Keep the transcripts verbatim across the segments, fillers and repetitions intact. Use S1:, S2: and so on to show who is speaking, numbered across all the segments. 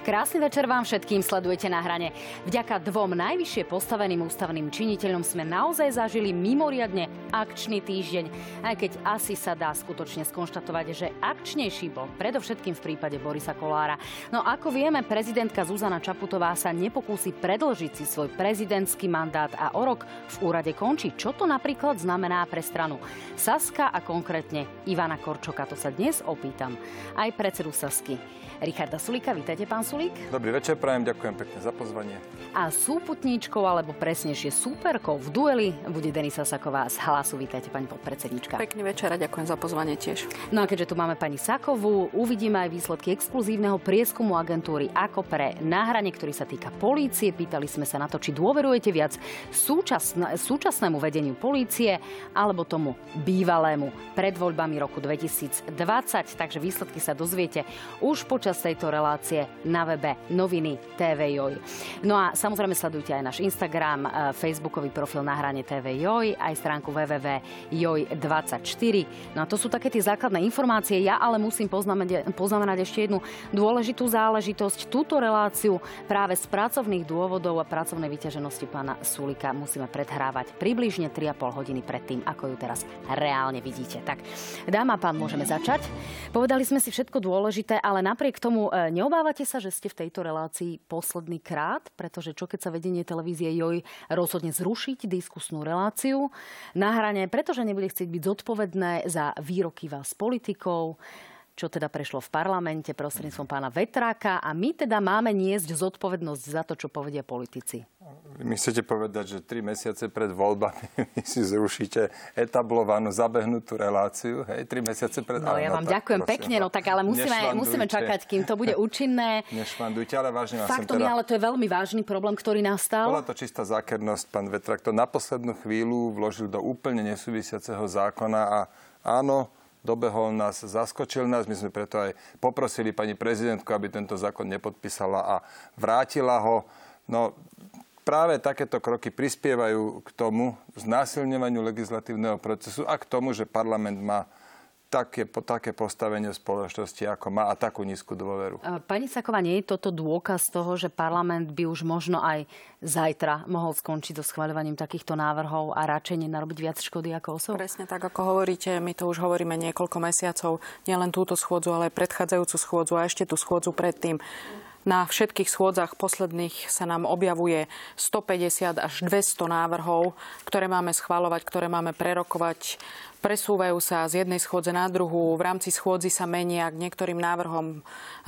S1: Krásny večer vám všetkým, sledujete Na hrane. Vďaka dvom najvyššie postaveným ústavným činiteľom sme naozaj zažili mimoriadne akčný týždeň, aj keď asi sa dá skutočne skonštatovať, že akčnejší bol predovšetkým v prípade Borisa Kollára. No ako vieme, prezidentka Zuzana Čaputová sa nepokúsi predĺžiť si svoj prezidentský mandát a o rok v úrade končí. Čo to napríklad znamená pre stranu Saska a konkrétne Ivana Korčoka? To sa dnes opýtam aj predsedu Sasky Richarda Sulíka. Vítajte, pán Sulík.
S2: Dobrý večer, prajem, ďakujem pekne za pozvanie.
S1: A súputníčkou, alebo presnejšie súperkou v dueli bude Denisa Saková z Hlasu. Vítajte, pani podpredsednička.
S3: Pekný večer a ďakujem za pozvanie tiež.
S1: No a keďže tu máme pani Sakovú, uvidíme aj výsledky exkluzívneho prieskumu agentúry Ako pre Na hrane, ktorý sa týka polície. Pýtali sme sa na to, či dôverujete viac súčasn- súčasnému vedeniu polície alebo tomu bývalému pred voľbami roku dvetisícdvadsať. Takže výsledky sa dozviete už počas tejto relácie na webe noviny té vé Joj. No a samozrejme sledujte aj náš Instagram, facebookový profil Na hrane té vé Joj, aj stránku w w w bodka joj dvadsaťštyri. No a to sú také tie základné informácie. Ja ale musím poznamenať, poznamenať ešte jednu dôležitú záležitosť. Túto reláciu práve z pracovných dôvodov a pracovnej vyťaženosti pána Sulíka musíme predhrávať približne tri a pol hodiny pred tým, ako ju teraz reálne vidíte. Tak, dáma a pán, môžeme začať. Povedali sme si všetko dôležité, ale napriek tomu neobávate sa, že ste v tejto relácii posledný krát? Pretože čo keď sa vedenie televízie Joj rozhodne zrušiť diskusnú reláciu Na hrane, pretože nebude chcieť byť zodpovedné za výroky vás politikov, čo teda prešlo v parlamente prostredníctvom pána Vetráka, a my teda máme niesť zodpovednosť za to, čo povedia politici.
S2: My chcete povedať, že tri mesiace pred voľbami vy si zrušíte etablovanú, zabehnutú reláciu, hej, tri mesiace pred...
S1: No, ja vám no, ďakujem prosím, pekne, no tak ale musíme, musíme čakať, kým to bude účinné.
S2: Nešvandujte, ale vážne vás
S1: Faktom
S2: som teda...
S1: je, ale to je veľmi vážny problém, ktorý nastal.
S2: Bola to čistá zákernosť, pán Vetrák to na poslednú chvíľu vložil do úplne nesúvisiaceho zákona a áno, dobehol nás, zaskočil nás. My sme preto aj poprosili pani prezidentku, aby tento zákon nepodpísala a vrátila ho. No, práve takéto kroky prispievajú k tomu znásilňovaniu legislatívneho procesu a k tomu, že parlament má také, také postavenie v spoločnosti, ako má, a takú nízku dôveru.
S1: Pani Saková, nie je toto dôkaz toho, že parlament by už možno aj zajtra mohol skončiť so schvaľovaním takýchto návrhov a radšej nenarobiť viac škody ako osob?
S3: Presne tak, ako hovoríte, my to už hovoríme niekoľko mesiacov, nielen túto schôdzu, ale aj predchádzajúcu schôdzu a ešte tú schôdzu predtým. Na všetkých schôdzach posledných sa nám objavuje stopäťdesiat až dvesto návrhov, ktoré máme schvaľovať, ktoré máme prerokovať. Presúvajú sa z jednej schôdze na druhú. V rámci schôdzi sa menia, k niektorým návrhom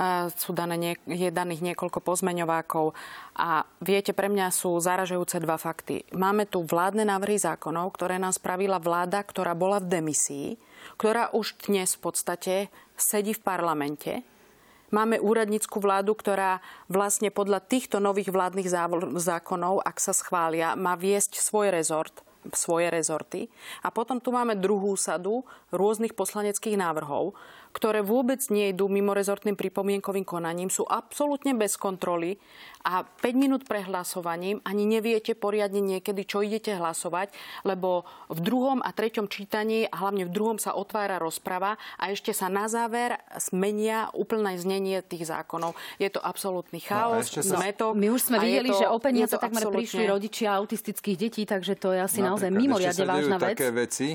S3: sú dané, je daných niekoľko pozmeňovákov. A viete, pre mňa sú zaražajúce dva fakty. Máme tu vládne návrhy zákonov, ktoré nám spravila vláda, ktorá bola v demisii, ktorá už dnes v podstate sedí v parlamente. Máme úradnícku vládu, ktorá vlastne podľa týchto nových vládnych zákonov, ak sa schvália, má viesť svoj rezort, svoje rezorty. A potom tu máme druhú sadu rôznych poslaneckých návrhov, ktoré vôbec nie idú mimorezortným pripomienkovým konaním, sú absolútne bez kontroly a päť minút pre hlasovaním ani neviete poriadne niekedy, čo idete hlasovať, lebo v druhom a treťom čítaní, a hlavne v druhom, sa otvára rozprava a ešte sa na záver zmenia úplné znenie tých zákonov. Je to absolútny chaos,
S2: no,
S3: zmetok.
S1: My už sme videli, to, že o peniaze takmer
S3: absolútne...
S1: prišli rodičia autistických detí, takže to je asi
S2: Napríklad,
S1: naozaj mimoriadne vážna vec.
S2: Také veci,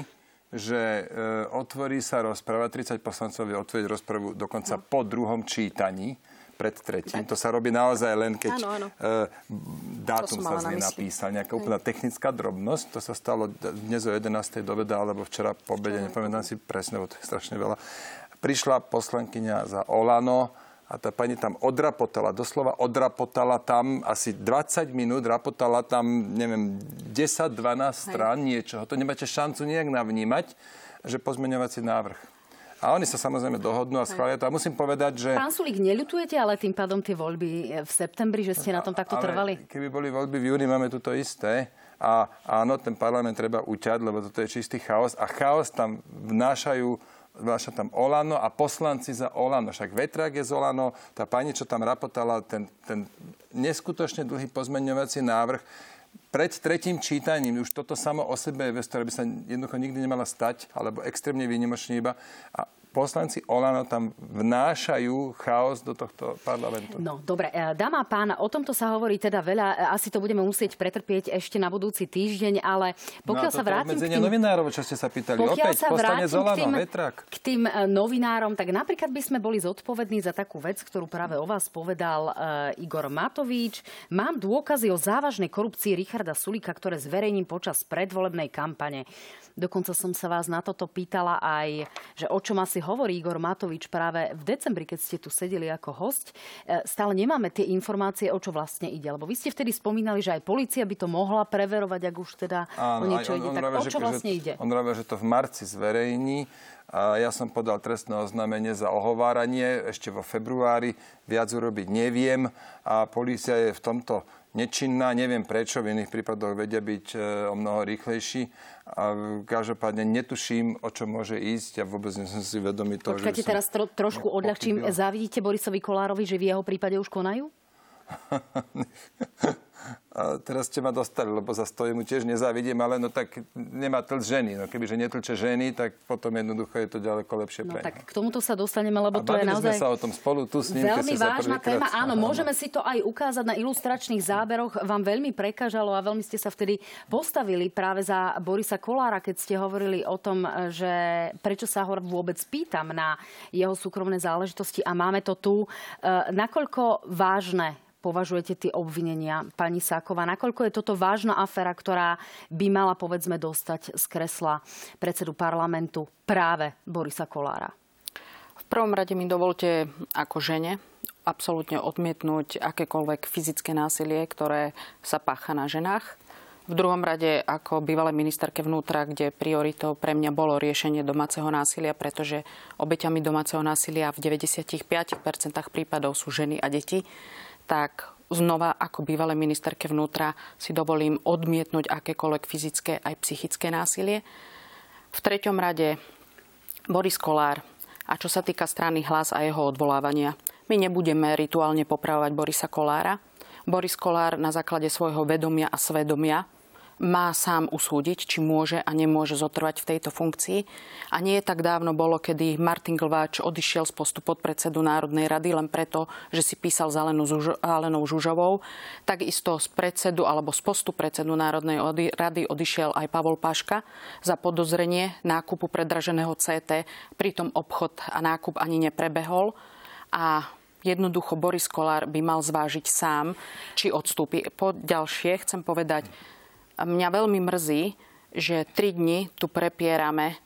S2: že e, otvorí sa rozprava, tridsať poslancov vie otvoriť rozpravu dokonca no. po druhom čítaní, pred tretím. To sa robí naozaj len, keď áno, áno. E, dátum sa znie napísal. Nejaká úplná technická drobnosť. To sa stalo dnes o jedenástej do obeda, alebo včera po obede, nepamätám si presne, bo to je strašne veľa. Prišla poslankyňa za Olano a tá pani tam odrapotala, doslova odrapotala tam asi dvadsať minút, rapotala tam, neviem, desať dvanásť strán niečoho. To nemáte šancu nejak navnímať, že pozmeňovací návrh. A oni sa samozrejme dohodnú a schvália to. A musím povedať, že...
S1: Pán Sulík, neľutujete ale tým pádom tie voľby v septembri, že ste na tom takto
S2: ale
S1: trvali?
S2: Keby boli voľby v júni, máme tu to isté. A áno, ten parlament treba uťať, lebo toto je čistý chaos. A chaos tam vnášajú Váša tam Olano a poslanci za Olano. Však Vetrák je z Olano, tá pani, čo tam rapotala, ten, ten neskutočne dlhý pozmeňovací návrh pred tretím čítaním. Už toto samo o sebe je vec, ktorá by sa jednoducho nikdy nemala stať, alebo extrémne výnimočne iba. A poslanci Olano tam vnášajú chaos do tohto parlamentu.
S1: No, dobre. Dáma a pán, o tomto sa hovorí teda veľa. Asi to budeme musieť pretrpieť ešte na budúci týždeň, ale pokiaľ
S2: no,
S1: sa vrátim k tým...
S2: novinárov, čo ste sa pýtali.
S1: Pokiaľ
S2: Opäť,
S1: sa
S2: poslanec
S1: vrátim
S2: Olano,
S1: k tým,
S2: Vetrak.
S1: k tým novinárom, tak napríklad by sme boli zodpovední za takú vec, ktorú práve o vás povedal uh, Igor Matovič. Mám dôkazy o závažnej korupcii Richarda Sulíka, ktoré zverejním počas predvolebnej kampane. Dokonca som sa vás na toto pýtala aj, že o čom asi hovorí Igor Matovič práve v decembri, keď ste tu sedeli ako hosť. Stále nemáme tie informácie, o čo vlastne ide. Lebo vy ste vtedy spomínali, že aj polícia by to mohla preverovať, ak už teda Áno, o niečo on, ide. On tak ráve, o čo že, vlastne
S2: že,
S1: ide?
S2: On hovorí, že to v marci zverejní. A ja som podal trestné oznámenie za ohováranie ešte vo februári. Viac urobiť neviem a polícia je v tomto nečinná. Neviem prečo, v iných prípadoch vedia byť o mnoho rýchlejší. A každopádne netuším, o čo môže ísť. Ja vôbec nie som si vedomý toho,
S1: Počkajte,
S2: že by som...
S1: teraz tro, trošku odľahčím. Závidíte Borisovi Kollárovi, že v jeho prípade už konajú? A teraz ste ma dostali, lebo za to mu tiež nezávidím, ale no tak nemá tlč ženy. No kebyže netlče ženy, tak potom jednoducho je to ďaleko lepšie no,
S2: pre
S1: tak k tomuto sa dostaneme, lebo
S2: a
S1: to je naozaj...
S2: sme sa o tom spolu tu s ním,
S1: veľmi vážna téma. Áno,
S2: Áno,
S1: môžeme si to aj ukázať na ilustračných záberoch. Vám veľmi prekážalo a veľmi ste sa vtedy postavili práve za Borisa Kollára, keď ste hovorili o tom, že prečo sa ho vôbec pýtam na jeho súkromné záležitosti a máme to tu. Nakoľko vážne považujete tie obvinenia, pani Sáková? Nakoľko je toto vážna aféra, ktorá by mala, povedzme, dostať z kresla predsedu parlamentu práve Borisa Kollára?
S3: V prvom rade mi dovolte ako žene absolútne odmietnúť akékoľvek fyzické násilie, ktoré sa pácha na ženách. V druhom rade ako bývalej ministerke vnútra, kde prioritou pre mňa bolo riešenie domáceho násilia, pretože obeťami domáceho násilia v deväťdesiatpäť percent prípadov sú ženy a deti, tak znova ako bývalej ministerke vnútra si dovolím odmietnúť akékoľvek fyzické aj psychické násilie. V treťom rade Boris Kollár. A čo sa týka strany Hlas a jeho odvolávania, my nebudeme rituálne popravovať Borisa Kollára. Boris Kollár na základe svojho vedomia a svedomia má sám usúdiť, či môže a nemôže zotrvať v tejto funkcii. A nie tak dávno bolo, kedy Martin Glváč odišiel z postu podpredsedu Národnej rady len preto, že si písal s Alenou Žužovou. Takisto z predsedu alebo z postu predsedu Národnej rady odišiel aj Pavol Paška za podozrenie nákupu predraženého cé té. Pritom obchod a nákup ani neprebehol. A jednoducho Boris Kollár by mal zvážiť sám, či odstúpi. Po ďalšie chcem povedať, mňa veľmi mrzí, že tri dni tu prepierame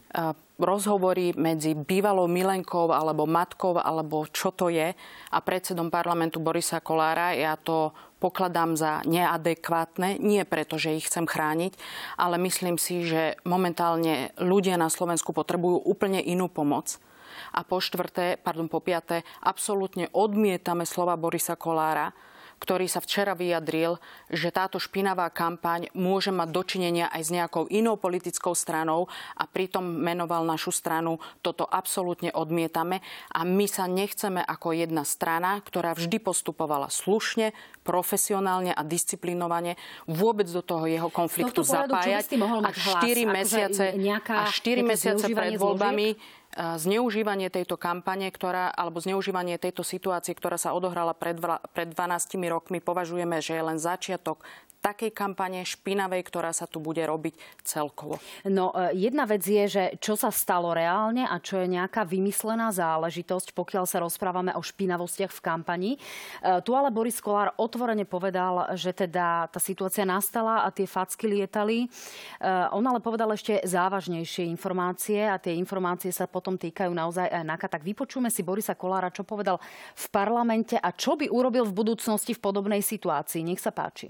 S3: rozhovory medzi bývalou milenkou alebo matkou, alebo čo to je, a predsedom parlamentu Borisa Kollára. Ja to pokladám za neadekvátne, nie preto, že ich chcem chrániť, ale myslím si, že momentálne ľudia na Slovensku potrebujú úplne inú pomoc. A po štvrté, pardon, po piaté, absolútne odmietame slova Borisa Kollára, ktorý sa včera vyjadril, že táto špinavá kampaň môže mať dočinenia aj s nejakou inou politickou stranou a pritom menoval našu stranu. Toto absolútne odmietame a my sa nechceme ako jedna strana, ktorá vždy postupovala slušne, profesionálne a disciplinovane, vôbec do toho jeho konfliktu zapájať. A štyri mesiace, a štyri mesiace pred voľbami zneužívanie tejto kampane, ktorá, alebo zneužívanie tejto situácie, ktorá sa odohrala pred, pred dvanástimi rokmi, považujeme, že je len začiatok takej kampane špinavej, ktorá sa tu bude robiť celkovo.
S1: No, jedna vec je, že čo sa stalo reálne a čo je nejaká vymyslená záležitosť, pokiaľ sa rozprávame o špinavostiach v kampani. Tu ale Boris Kollár otvorene povedal, že teda tá situácia nastala a tie facky lietali. On ale povedal ešte závažnejšie informácie a tie informácie sa potom týkajú naozaj aj NAKA. Tak vypočujme si Borisa Kollára, čo povedal v parlamente a čo by urobil v budúcnosti v podobnej situácii. Nech sa páči.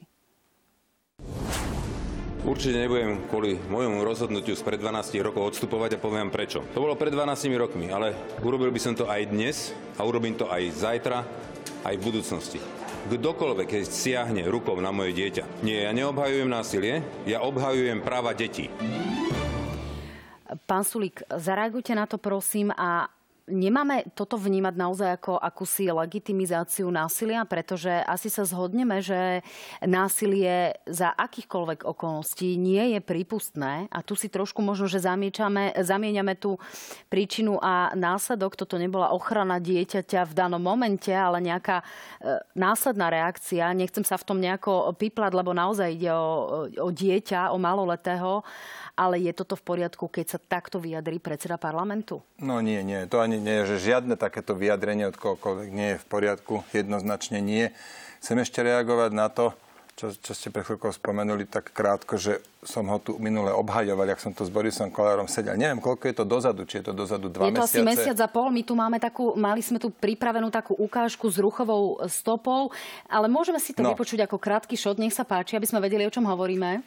S4: Určite nebudem kvôli môjmu rozhodnutiu spred dvanásť rokov odstupovať a poviem prečo. To bolo pred dvanástimi rokmi, ale urobil by som to aj dnes a urobím to aj zajtra, aj v budúcnosti. Kdokoľvek, keď siahne rukou na moje dieťa. Nie, ja neobhajujem násilie, ja obhajujem práva detí.
S1: Pán Sulík, zareagujte na to prosím a nemáme toto vnímať naozaj ako akúsi legitimizáciu násilia, pretože asi sa zhodneme, že násilie za akýchkoľvek okolností nie je prípustné a tu si trošku možno, že zamiečame, zamieňame tú príčinu a následok. Toto nebola ochrana dieťaťa v danom momente, ale nejaká e, následná reakcia. Nechcem sa v tom nejako piplať, lebo naozaj ide o, o dieťa, o maloletého. Ale je toto v poriadku, keď sa takto vyjadrí predseda parlamentu?
S2: No nie, nie. To ani nie je, že žiadne takéto vyjadrenie od kohokoľvek nie je v poriadku. Jednoznačne nie. Chcem ešte reagovať na to, čo, čo ste pred chvíľkou spomenuli tak krátko, že som ho tu minule obhajoval, jak som tu s Borisom Kollárom sedel. Neviem, koľko je to dozadu, či je to dozadu dva mesiace.
S1: Je to mesiace. asi mesiac a pol. My tu máme takú, mali sme tu pripravenú takú ukážku s ruchovou stopou, ale môžeme si to no. vypočuť ako krátky šot. Nech sa páči, aby sme vedeli, o čom hovoríme.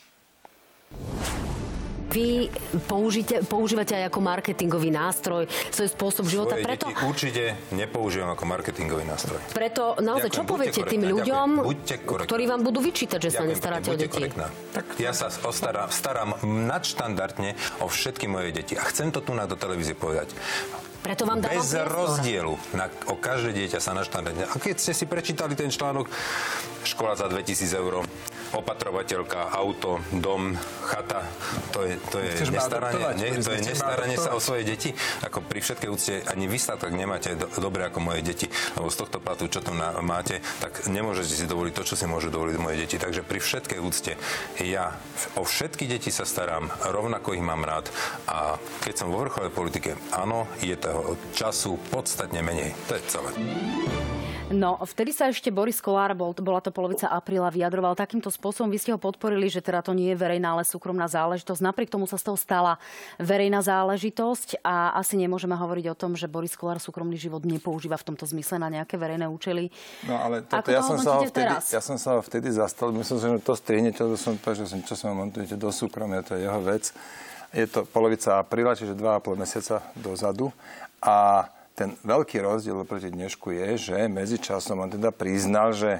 S5: Vy použite, používate aj ako marketingový nástroj svoj spôsob života.
S4: Svoje
S5: preto
S4: deti určite nepoužívam ako marketingový nástroj.
S5: Preto naozaj,
S4: Ďakujem,
S5: čo poviete tým ľuďom, ktorí vám budú vyčítať, že Ďakujem, sa nestaráte o deti?
S4: Tak ja sa ostarám, starám nadštandardne o všetky moje deti. A chcem to tu na do televízie povedať.
S5: Preto vám dávam
S4: Bez priestor. rozdielu. Na, o každé dieťa sa nadštandardne. A keď ste si prečítali ten článok škola za dvetisíc eur, opatrovateľka, auto, dom, chata, to je, to je nestaranie, ne, to je nestaranie sa o svoje deti. Ako pri všetkej úcte ani vy sa tak nemáte do, dobre ako moje deti. Lebo z tohto platu, čo tu na, máte, tak nemôžete si dovoliť to, čo si môžu dovoliť moje deti. Takže pri všetkej úcte ja o všetky deti sa starám, rovnako ich mám rád. A keď som vo vrcholovej politike, áno, je toho času podstatne menej. To je celé.
S1: No, vtedy sa ešte Boris Kollár, bol, bola to polovica apríla, vyjadroval takýmto spôsobom. Vy ste ho podporili, že teda to nie je verejná, ale súkromná záležitosť. Napriek tomu sa z toho stala verejná záležitosť a asi nemôžeme hovoriť o tom, že Boris Kollár súkromný život nepoužíva v tomto zmysle na nejaké verejné účely.
S2: No, ale toto, ja, som sa ho vtedy, ja som sa ho vtedy zastal. Myslím, že to strihnete, to som to, že čo sa montujete do súkromia, to je jeho vec. Je to polovica apríla, čiže dva a pol mesiaca dozadu. A ten veľký rozdiel oproti dnešku je, že medzičasom on teda priznal, že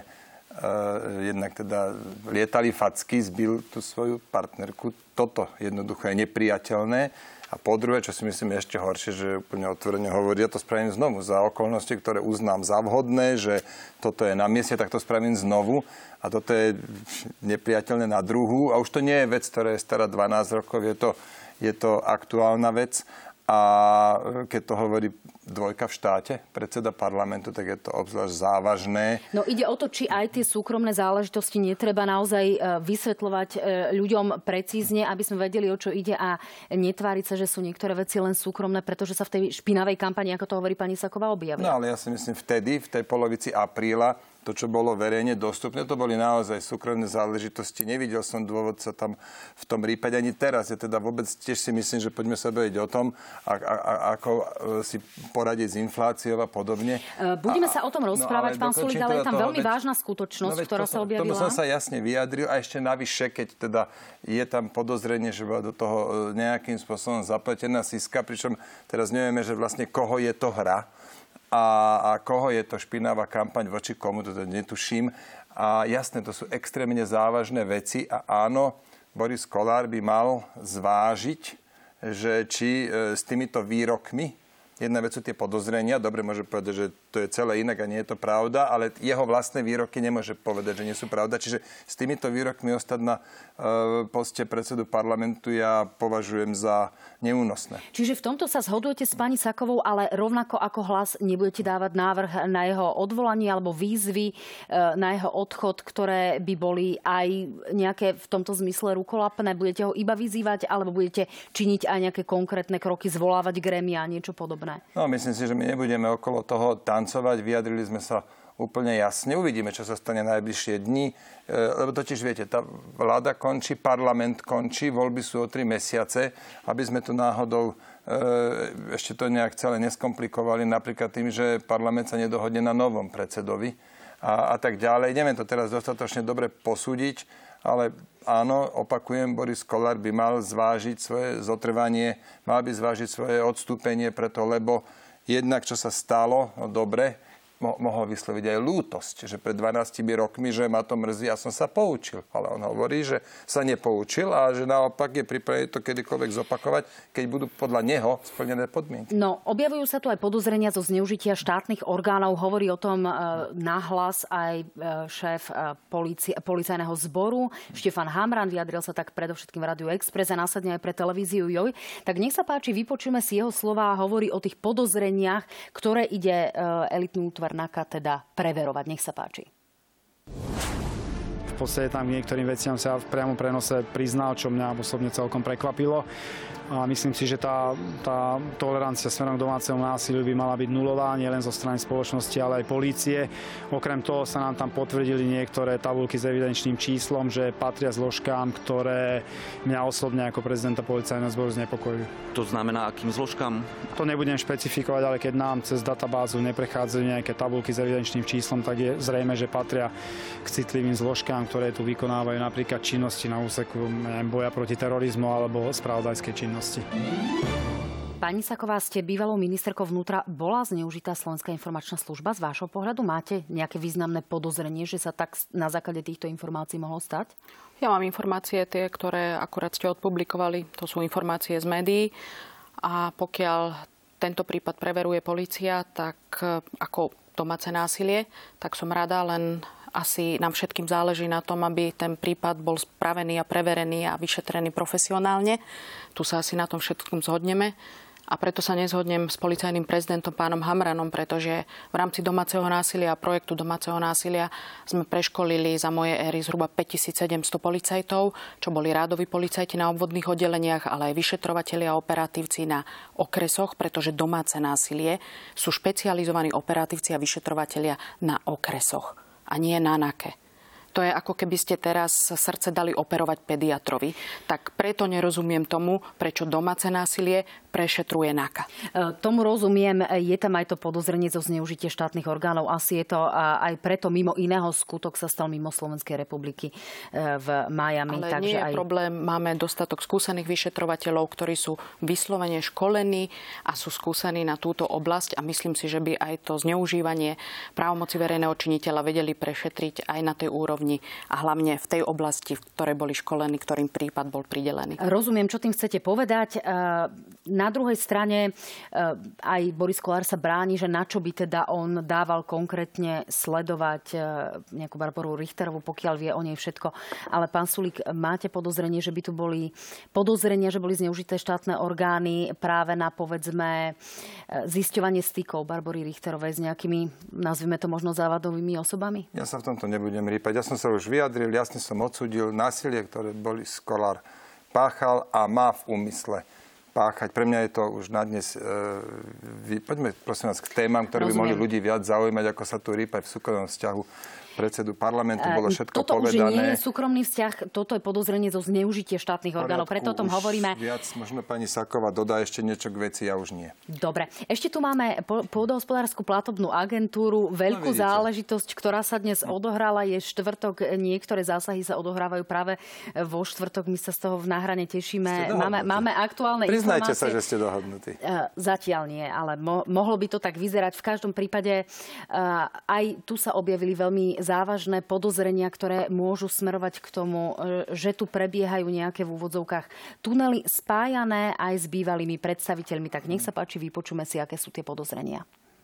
S2: uh, jednak teda lietali facky, zbil tú svoju partnerku. Toto jednoducho je nepriateľné. A po druhé, čo si myslím ešte horšie, že úplne otvorene hovorí, ja to spravím znovu za okolnosti, ktoré uznám za vhodné, že toto je na mieste, tak to spravím znovu. A toto je nepriateľné na druhú. A už to nie je vec, ktorá je stará dvanásť rokov, je to, je to aktuálna vec. A keď to hovorí dvojka v štáte, predseda parlamentu, tak je to obzvlášť závažné.
S1: No ide o to, či aj tie súkromné záležitosti netreba naozaj vysvetľovať ľuďom precízne, aby sme vedeli, o čo ide a netváriť sa, že sú niektoré veci len súkromné, pretože sa v tej špinavej kampani, ako to hovorí pani Saková, objavia.
S2: No ale ja si myslím vtedy, v tej polovici apríla, to, čo bolo verejne dostupné, to boli naozaj súkromné záležitosti. Nevidel som dôvod sa tam v tom rýpať ani teraz. Ja teda vôbec tiež si myslím, že poďme sa baviť o tom, a, a, a, ako si poradiť s infláciou a podobne.
S1: Budeme a, sa o tom rozprávať, no, pán Sulík, ale je tam veľmi veď, vážna skutočnosť, no, ktorá to, sa objavila. Tomu
S2: som sa jasne vyjadril a ešte navyše, keď teda je tam podozrenie, že bola do toho nejakým spôsobom zapletená Siska, pričom teraz nevieme, že vlastne koho je to hra. A, a koho je to špinavá kampaň voči komu, to netuším. A jasné, to sú extrémne závažné veci a áno, Boris Kollár by mal zvážiť, že či e, s týmito výrokmi, jedna vec sú tie podozrenia, dobre môže povedať, že to je celé inak a nie je to pravda, ale jeho vlastné výroky nemôže povedať, že nie sú pravda. Čiže s týmito výrokmi ostať na e, poste predsedu parlamentu ja považujem za neúnosné.
S1: Čiže v tomto sa zhodujete s pani Sakovou, ale rovnako ako Hlas nebudete dávať návrh na jeho odvolanie alebo výzvy e, na jeho odchod, ktoré by boli aj nejaké v tomto zmysle rukolapné. Budete ho iba vyzývať alebo budete činiť aj nejaké konkrétne kroky, zvolávať grémia a niečo podobné?
S2: No, myslím si, že my nebudeme okolo toho tancovať. Vyjadrili sme sa úplne jasne. Uvidíme, čo sa stane najbližšie dni. E, lebo totiž, viete, tá vláda končí, parlament končí, voľby sú o tri mesiace, aby sme tu náhodou e, ešte to nejak celé neskomplikovali, napríklad tým, že parlament sa nedohodne na novom predsedovi a, a tak ďalej. Neviem to teraz dostatočne dobre posúdiť, ale áno, opakujem, Boris Kollár by mal zvážiť svoje zotrvanie, mal by zvážiť svoje odstúpenie preto, lebo jednak, čo sa stalo, no dobre, mo- mohol vysloviť aj lútosť, že pred dvanástimi rokmi, že ma to mrzí, ja som sa poučil. Ale on hovorí, že sa nepoučil a že naopak je pripravený to kedykoľvek zopakovať, keď budú podľa neho splnené podmienky.
S1: No, objavujú sa tu aj podozrenia zo zneužitia štátnych orgánov. Hovorí o tom e, nahlas aj e, šéf e, polici- policajného zboru Štefan Hamran. Vyjadril sa tak predovšetkým v Rádiu Express a následne aj pre televíziu Joj. Tak nech sa páči, vypočujeme si jeho slová a hovorí o tých podozreniach, ktoré ide e, elitný útvar NAKA teda preverovať. Nech sa páči.
S6: V podstate tam k niektorým veciam sa v priamom prenose priznal, čo mňa osobne celkom prekvapilo. A myslím si, že tá, tá tolerancia smerom k domácemu násiliu by mala byť nulová, nielen zo strany spoločnosti, ale aj polície. Okrem toho sa nám tam potvrdili niektoré tabuľky s evidenčným číslom, že patria zložkám, ktoré mňa osobne ako prezidenta policajného zboru znepokojujú.
S7: To znamená, akým zložkám?
S6: To nebudem špecifikovať, ale keď nám cez databázu neprechádzajú nejaké tabuľky s evidenčným číslom, tak je zrejme, že patria k citlivým zložkám, ktoré tu vykonávajú napríklad činnosti na úseku neviem, boja proti terorizmu alebo spravodajskej činnosti.
S1: Pani Saková, ste bývalou ministerkou vnútra. Bola zneužitá Slovenská informačná služba? Z vášho pohľadu máte nejaké významné podozrenie, že sa tak na základe týchto informácií mohlo stať?
S3: Ja mám informácie, tie, ktoré akurát ste odpublikovali. To sú informácie z médií. A pokiaľ tento prípad preveruje polícia, tak ako domáce násilie, tak som rada, len asi nám všetkým záleží na tom, aby ten prípad bol spravený a preverený a vyšetrený profesionálne. Tu sa asi na tom všetkým zhodneme. A preto sa nezhodnem s policajným prezidentom pánom Hamranom, pretože v rámci domáceho násilia a projektu domáceho násilia sme preškolili za moje éry zhruba päťtisícsedemsto policajtov, čo boli rádoví policajti na obvodných oddeleniach, ale aj vyšetrovatelia a operatívci na okresoch, pretože domáce násilie sú špecializovaní operatívci a vyšetrovatelia na okresoch a nie na NAKE. To je ako keby ste teraz srdce dali operovať pediatrovi. Tak preto nerozumiem tomu, prečo domáce násilie prešetruje NAKA.
S1: E, tomu rozumiem, je tam aj to podozrenie zo zneužitia štátnych orgánov. Asi je to aj preto mimo iného skutok sa stal mimo Slovenskej republiky v Miami.
S3: Ale
S1: takže
S3: nie je
S1: aj...
S3: problém. Máme dostatok skúsených vyšetrovateľov, ktorí sú vyslovene školení a sú skúsení na túto oblasť a myslím si, že by aj to zneužívanie právomoci verejného činiteľa vedeli prešetriť aj na tej úrovni a hlavne v tej oblasti, v ktorej boli školení, ktorým prípad bol pridelený.
S1: Rozumiem, čo tým chcete povedať. Na druhej strane aj Boris Kollár sa bráni, že na čo by teda on dával konkrétne sledovať nejakú Barboru Richterovú, pokiaľ vie o nej všetko. Ale pán Sulík, máte podozrenie, že by tu boli podozrenia, že boli zneužité štátne orgány práve na, povedzme, zisťovanie stykov Barbory Richterovej s nejakými, nazvime to možno závadovými osobami?
S2: Ja sa v tomto nebudem rýpať. Ja som sa už vyjadril, jasne som odsúdil násilie, ktoré Boris Kollár páchal a má v úmysle páchať. Pre mňa je to už na dnes... E, vy, poďme prosím vás k témam, ktoré Rozumiem. by mohli ľudí viac zaujímať, ako sa tu rýpať v súkromnom vzťahu predsedu parlamentu. Bolo všetko
S1: toto
S2: povedané.
S1: Toto už nie je súkromný vzťah, toto je podozrenie zo zneužitia štátnych orgánov. Preto o tom hovoríme.
S2: Viac možno pani Saková dodá ešte niečo k veci, ja už nie.
S1: Dobre. Ešte tu máme pôdohospodársku platobnú agentúru. Veľkú no, záležitosť, ktorá sa dnes odohrala, je štvrtok. Niektoré zásahy sa odohrávajú práve vo štvrtok. My sa z toho v náhrane tešíme. Máme, máme aktuálne
S2: Priznajte
S1: informácie.
S2: sa, že ste dohodnutí.
S1: Zatiaľ nie, ale mo- mohlo by to tak vyzerať. V každom prípade aj tu sa objavili veľmi závažné podozrenia, ktoré môžu smerovať k tomu, že tu prebiehajú nejaké v úvodzovkách tunely spájané aj s bývalými predstaviteľmi. Tak nech sa páči, vypočujme si, aké sú tie podozrenia.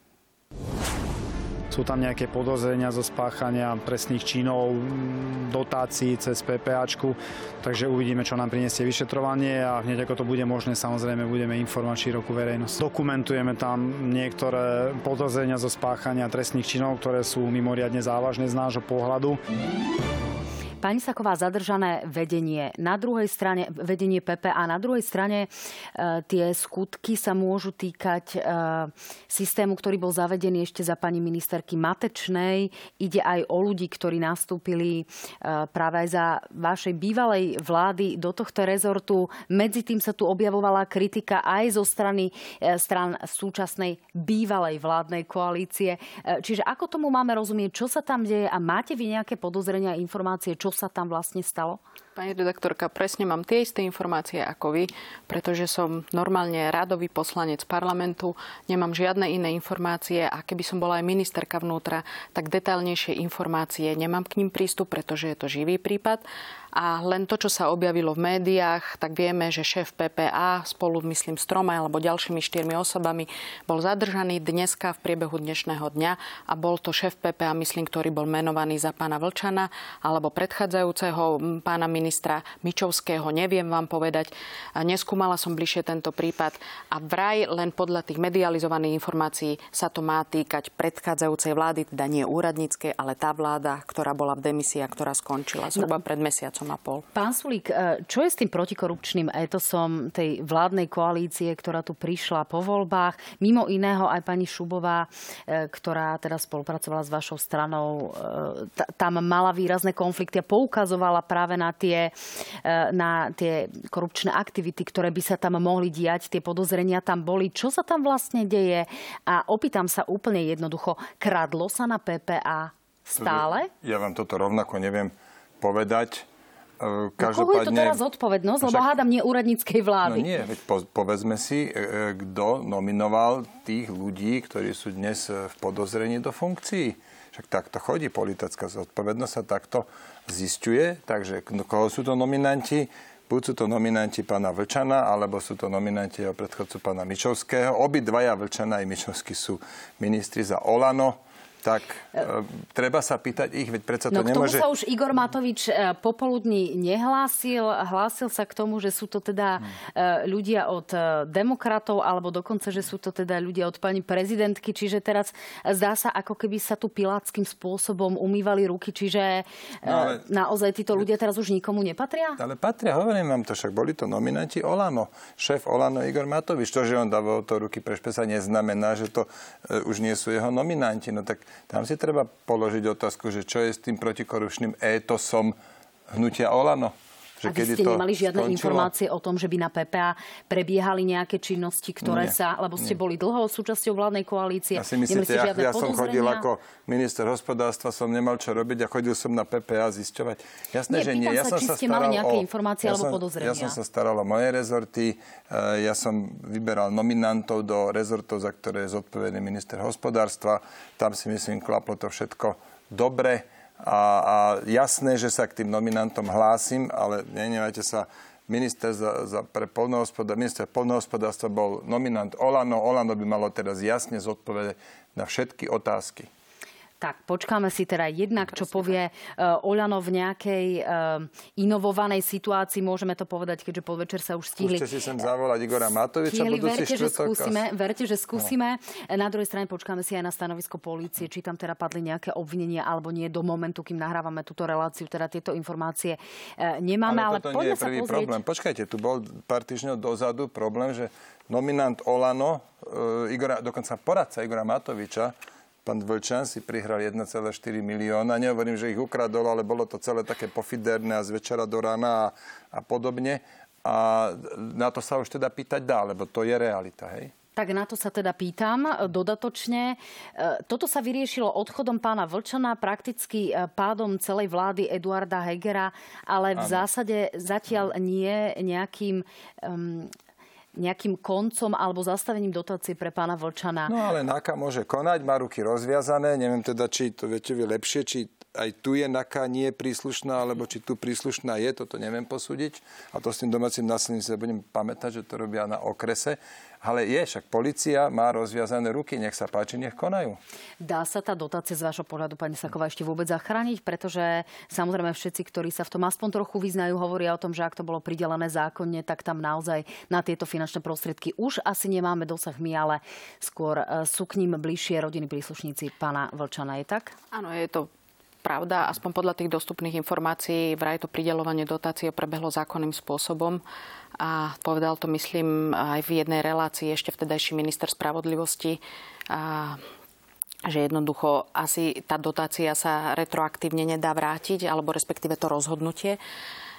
S6: Sú tam nejaké podozrenia zo spáchania trestných činov, dotácií cez PPAčku, takže uvidíme, čo nám prinesie vyšetrovanie a hneď ako to bude možné, samozrejme budeme informovať širokú verejnosť. Dokumentujeme tam niektoré podozrenia zo spáchania trestných činov, ktoré sú mimoriadne závažné z nášho pohľadu.
S1: Pani Saková, zadržané vedenie. Na druhej strane, vedenie pé pé á, na druhej strane e, tie skutky sa môžu týkať e, systému, ktorý bol zavedený ešte za pani ministerky Matečnej. Ide aj o ľudí, ktorí nastúpili e, práve aj za vašej bývalej vlády do tohto rezortu. Medzi tým sa tu objavovala kritika aj zo strany e, stran súčasnej bývalej vládnej koalície. E, čiže ako tomu máme rozumieť, čo sa tam deje a máte vy nejaké podozrenia a informácie, čo čo sa tam vlastne stalo?
S3: Pani redaktorka, presne mám tie isté informácie ako vy, pretože som normálne radový poslanec parlamentu, nemám žiadne iné informácie a keby som bola aj ministerka vnútra, tak detailnejšie informácie nemám k ním prístup, pretože je to živý prípad. A len to, čo sa objavilo v médiách, tak vieme, že šéf pé pé á spolu, myslím, s troma alebo ďalšími štyrmi osobami bol zadržaný dneska v priebehu dnešného dňa a bol to šéf pé pé á, myslím, ktorý bol menovaný za pána Vlčana alebo predchádzajúceho pána ministra Mičovského, neviem vám povedať. Neskúmala som bližšie tento prípad a vraj len podľa tých medializovaných informácií sa to má týkať predchádzajúcej vlády, teda nie úradníckej, ale tá vláda, ktorá bola v demisii a ktorá skončila zhruba pred mesiacom a pol.
S1: Pán Sulík, čo je s tým protikorupčným etosom tej vládnej koalície, ktorá tu prišla po voľbách? Mimo iného aj pani Šubová, ktorá teda spolupracovala s vašou stranou, tam mala výrazné konflikty a poukazovala práve na tie, na tie korupčné aktivity, ktoré by sa tam mohli diať. Tie podozrenia tam boli. Čo sa tam vlastne deje? A opýtam sa úplne jednoducho, kradlo sa na pé pé á stále?
S2: Ja vám toto rovnako neviem povedať.
S1: No, koho je to teraz zodpovednosť? Lebo hádam nie úradníckej vlády.
S2: No nie, veď po, povedzme si, kto nominoval tých ľudí, ktorí sú dnes v podozrení do funkcií. Však takto chodí politická zodpovednosť sa takto zisťuje. Takže koho sú to nominanti? Buď sú to nominanti pána Vlčana, alebo sú to nominanti jeho predchodcu pána Mičovského. Obidvaja, Vlčana i Mičovský, sú ministri za Olano. Tak e, treba sa pýtať ich, veď predsa to
S1: no,
S2: nemôže...
S1: No k tomu sa už Igor Matovič e, popoludní nehlásil. Hlásil sa k tomu, že sú to teda e, ľudia od e, demokratov, alebo dokonca, že sú to teda ľudia od pani prezidentky. Čiže teraz zdá sa, ako keby sa tu piláckym spôsobom umývali ruky. Čiže e, no, ale... naozaj títo ľudia teraz už nikomu nepatria?
S2: Ale patria, hovorím vám to, však boli to nominanti Olano. Šéf Olano Igor Matovič. To, že on dával to ruky pre špesa, neznamená, že to e, už nie sú jeho nominanti. No tak tam si treba položiť otázku, že čo je s tým protikorupčným étosom hnutia Olano.
S1: Že a vy ste nemali žiadne skončilo? Informácie o tom, že by na pé pé á prebiehali nejaké činnosti, ktoré nie, sa, lebo ste nie. boli dlho súčasťou vládnej koalície.
S2: Ja si myslíte, ja, ja som chodil ako minister hospodárstva, som nemal čo robiť a chodil som na pé pé á zisťovať. Jasné,
S1: nie,
S2: že nie. Ja
S1: sa,
S2: som
S1: či
S2: sa
S1: ste mali nejaké
S2: o,
S1: informácie
S2: ja
S1: alebo
S2: som,
S1: podozrenia.
S2: Ja som sa staral o moje rezorty. Ja som vyberal nominantov do rezortov, za ktoré je zodpovedný minister hospodárstva. Tam si myslím, klaplo to všetko dobre. A, a jasné, že sa k tým nominantom hlásim, ale nenevajte sa, minister za, za pre poľnohospodárstvo, minister poľnohospodárstva bol nominant Olano. Olano by malo teraz jasne zodpovedať na všetky otázky.
S1: Tak, počkáme si teda jednak, čo povie uh, Oľano v nejakej uh, inovovanej situácii. Môžeme to povedať, keďže podvečer sa už stihli.
S2: Skúste si sem zavolať Igora Matoviča budúci
S1: verte, že skúsime,
S2: as...
S1: verte, že skúsime. No. Na druhej strane počkáme si aj na stanovisko polície, či tam teda padli nejaké obvinenia alebo nie do momentu, kým nahrávame túto reláciu. Teda tieto informácie uh, nemáme, ale, ale
S2: toto nie je prvý pozrieť. Problém. Počkajte, tu bol pár týždňov dozadu problém, že nominant Olano, uh, Igora, dokonca poradca Igora Matoviča, pán Vlčan, si prihral jeden celé štyri milióna. Nehovorím, že ich ukradol, ale bolo to celé také pofiderné a z večera do rána a, a podobne. A na to sa už teda pýtať dá, lebo to je realita, hej?
S1: Tak na to sa teda pýtam dodatočne. Toto sa vyriešilo odchodom pána Vlčana, prakticky pádom celej vlády Eduarda Hegera, ale v ano. zásade zatiaľ nie nejakým... Um, nejakým koncom alebo zastavením dotácie pre pána Vlčana.
S2: No ale NAKA môže konať, má ruky rozviazané. Neviem teda, či to viete vy lepšie, či aj tu je NAKA nie príslušná, alebo či tu príslušná je, toto neviem posúdiť. A to s tým domácim násilím sa budem pamätať, že to robia na okrese. Ale je, však polícia má rozviazané ruky, nech sa páči, nech konajú.
S1: Dá sa tá dotácia z vášho pohľadu, pani Saková, ešte vôbec zachrániť? Pretože samozrejme všetci, ktorí sa v tom aspoň trochu vyznajú, hovoria o tom, že ak to bolo pridelené zákonne, tak tam naozaj na tieto finančné prostriedky už asi nemáme dosah my, ale skôr sú k ním bližšie rodiny príslušníci pána Vlčana. Je tak?
S3: Áno, je to pravda. Aspoň podľa tých dostupných informácií vraj to prideľovanie dotácie prebehlo zákonným spôsobom. A povedal to, myslím, aj v jednej relácii ešte vtedajší minister spravodlivosti, a, že jednoducho asi tá dotácia sa retroaktívne nedá vrátiť, alebo respektíve to rozhodnutie.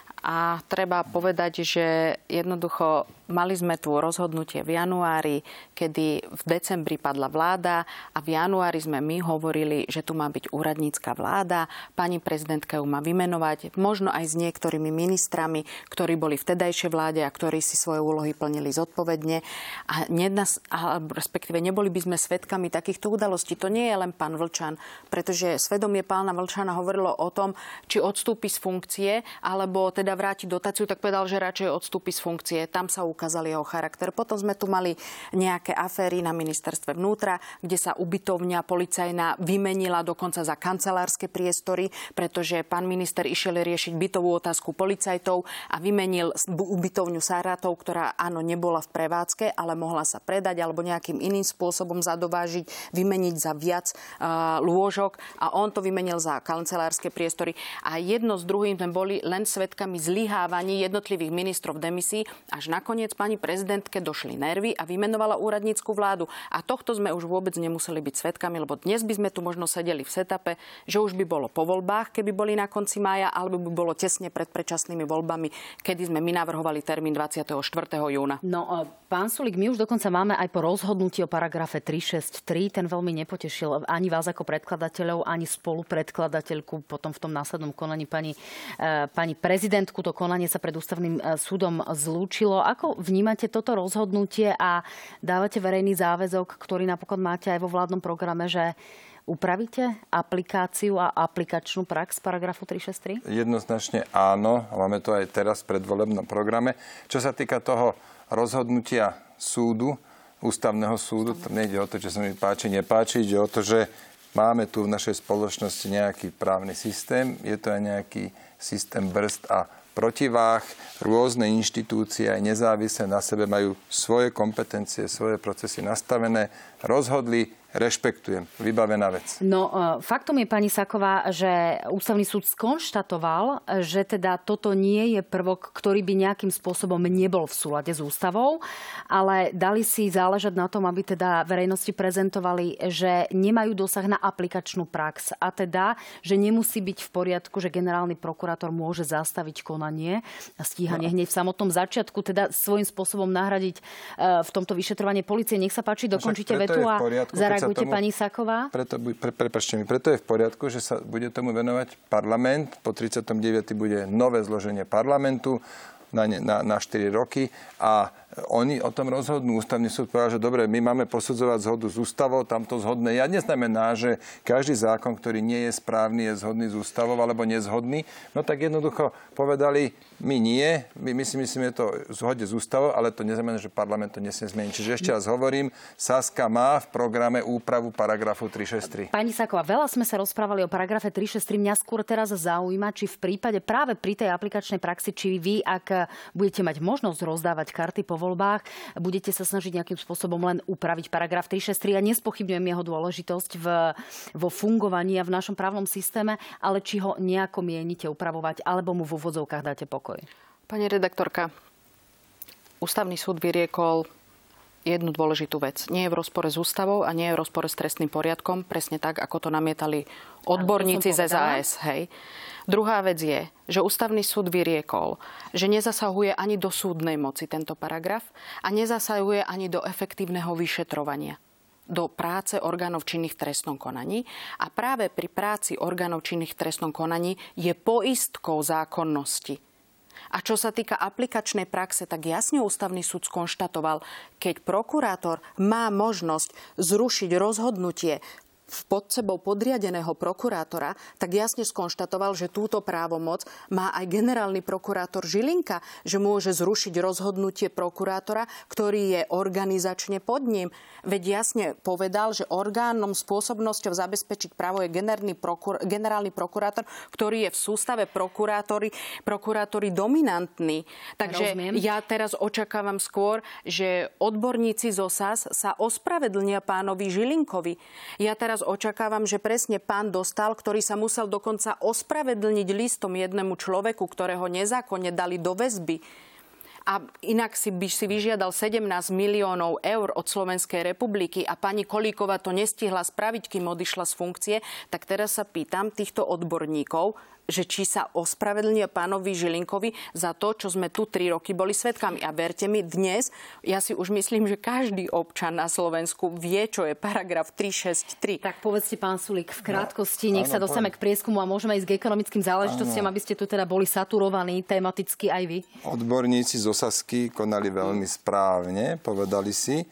S3: A treba povedať, že jednoducho mali sme tu rozhodnutie v januári, kedy v decembri padla vláda a v januári sme my hovorili, že tu má byť úradnícka vláda. Pani prezidentka ju má vymenovať, možno aj s niektorými ministrami, ktorí boli v tedajšej vláde a ktorí si svoje úlohy plnili zodpovedne. A, nednas, a respektíve neboli by sme svedkami takýchto udalostí. To nie je len pán Vlčan, pretože svedomie pána Vlčana hovorilo o tom, či odstúpi z funkcie, alebo teda vráti dotáciu, tak povedal, že radšej odstúpi z funkcie. Tam sa ukázal jeho charakter. Potom sme tu mali nejaké aféry na ministerstve vnútra, kde sa ubytovňa policajná vymenila dokonca za kancelárske priestory, pretože pán minister išiel riešiť bytovú otázku policajtov a vymenil ubytovňu Sarátov, ktorá áno, nebola v prevádzke, ale mohla sa predať alebo nejakým iným spôsobom zadovážiť, vymeniť za viac uh, lôžok a on to vymenil za kancelárske priestory. A jedno s druhým sme boli len svedkami zlyhávaní jednotlivých ministrov v demisii, až nakoniec pani prezidentke došli nervy a vymenovala úradnícku vládu. A tohto sme už vôbec nemuseli byť svedkami, lebo dnes by sme tu možno sedeli v setape, že už by bolo po voľbách, keby boli na konci mája, alebo by bolo tesne pred predčasnými voľbami, kedy sme my navrhovali termín dvadsiateho štvrtého júna.
S1: No, pán Sulík, my už dokonca máme aj po rozhodnutí o paragrafe tri šesť tri, ten veľmi nepotešil ani vás ako predkladateľov, ani spolupredkladateľku potom v tom následnom konaní pani, e, pani prezidentku. To konanie sa pred ústavným súdom zlúčilo. Ako vnímate toto rozhodnutie a dávate verejný záväzok, ktorý napokon máte aj vo vládnom programe, že upravíte aplikáciu a aplikačnú prax paragrafu tri šesť tri?
S2: Jednoznačne áno. A máme to aj teraz v predvolebnom programe. Čo sa týka toho rozhodnutia súdu, ústavného súdu, to nejde o to, čo sa mi páči, nepáči, ide o to, že máme tu v našej spoločnosti nejaký právny systém, je to aj nejaký systém brzd a protiváh, rôzne inštitúcie aj nezávislé na sebe majú svoje kompetencie, svoje procesy nastavené, rozhodli, rešpektujem. Vybavená vec.
S1: No, faktom je, pani Saková, že ústavný súd skonštatoval, že teda toto nie je prvok, ktorý by nejakým spôsobom nebol v súlade s ústavou, ale dali si záležať na tom, aby teda verejnosti prezentovali, že nemajú dosah na aplikačnú prax a teda, že nemusí byť v poriadku, že generálny prokurátor môže zastaviť konanie a stíhanie no. hneď v samotnom začiatku, teda svojím spôsobom nahradiť v tomto vyšetrovanie polície. Nech sa páči, dokončite vetu a zareagujte. Tomu, pani Saková? Preto,
S2: pre, prepáčte mi, preto je v poriadku, že sa bude tomu venovať parlament. Po tridsiatom deviatom bude nové zloženie parlamentu na, na, na štyri roky a oni o tom rozhodnú. Ústavný súd povedal, že dobre, my máme posudzovať zhodu s ústavou, tamto zhodné. Ja neznamená, že každý zákon, ktorý nie je správny, je zhodný s ústavou alebo nezhodný. No tak jednoducho povedali, my nie, my, my si myslíme to v zhode s ústavou, ale to neznamená, že parlament to nesmie zmeniť. Čiže ešte raz hovorím, Saska má v programe úpravu paragrafu tri šesť tri.
S1: Pani Saková, veľa sme sa rozprávali o paragrafe tri šesť tri. Mňa skôr teraz zaujíma, či v prípade práve pri tej aplikačnej praxi, či vy, ak budete mať možnosť rozdávať karty po voľbách, budete sa snažiť nejakým spôsobom len upraviť paragraf tri šesť tri. Ja nespochybňujem jeho dôležitosť v, vo fungovaní a v našom právnom systéme, ale či ho nejako mienite upravovať, alebo mu v úvodzovkách dáte pokoj.
S3: Pani redaktorka, ústavný súd vyriekol jednu dôležitú vec. Nie je v rozpore s ústavou a nie je v rozpore s trestným poriadkom, presne tak, ako to namietali odborníci z es a es. Hej. Druhá vec je, že ústavný súd vyriekol, že nezasahuje ani do súdnej moci tento paragraf a nezasahuje ani do efektívneho vyšetrovania, do práce orgánov činných v trestnom konaní. A práve pri práci orgánov činných v trestnom konaní je poistkou zákonnosti. A čo sa týka aplikačnej praxe, tak jasne ústavný súd skonštatoval, keď prokurátor má možnosť zrušiť rozhodnutie pod sebou podriadeného prokurátora, tak jasne skonštatoval, že túto právomoc má aj generálny prokurátor Žilinka, že môže zrušiť rozhodnutie prokurátora, ktorý je organizačne pod ním. Veď jasne povedal, že orgánom spôsobnosťou zabezpečiť právo je generálny, prokur- generálny prokurátor, ktorý je v sústave prokurátori, prokurátori dominantný. Takže Rozumiem. ja teraz očakávam skôr, že odborníci z o es a es sa ospravedlnia pánovi Žilinkovi. Ja teraz očakávam, že presne pán Dostál, ktorý sa musel dokonca ospravedlniť listom jednému človeku, ktorého nezákonne dali do väzby, a inak si by si vyžiadal sedemnásť miliónov eur od Slovenskej republiky a pani Kolíková to nestihla spraviť, kým odišla z funkcie, tak teraz sa pýtam týchto odborníkov, že či sa ospravedlňuje pánovi Žilinkovi za to, čo sme tu tri roky boli svedkami. A verte mi, dnes, ja si už myslím, že každý občan na Slovensku vie, čo je paragraf tri šesť tri.
S1: Tak povedzte, pán Sulík, v krátkosti, nech sa dostaneme k prieskumu a môžeme ísť k ekonomickým záležitostiam, aby ste tu teda boli saturovaní tematicky aj vy.
S2: Odborníci z Osasky konali veľmi správne, povedali si,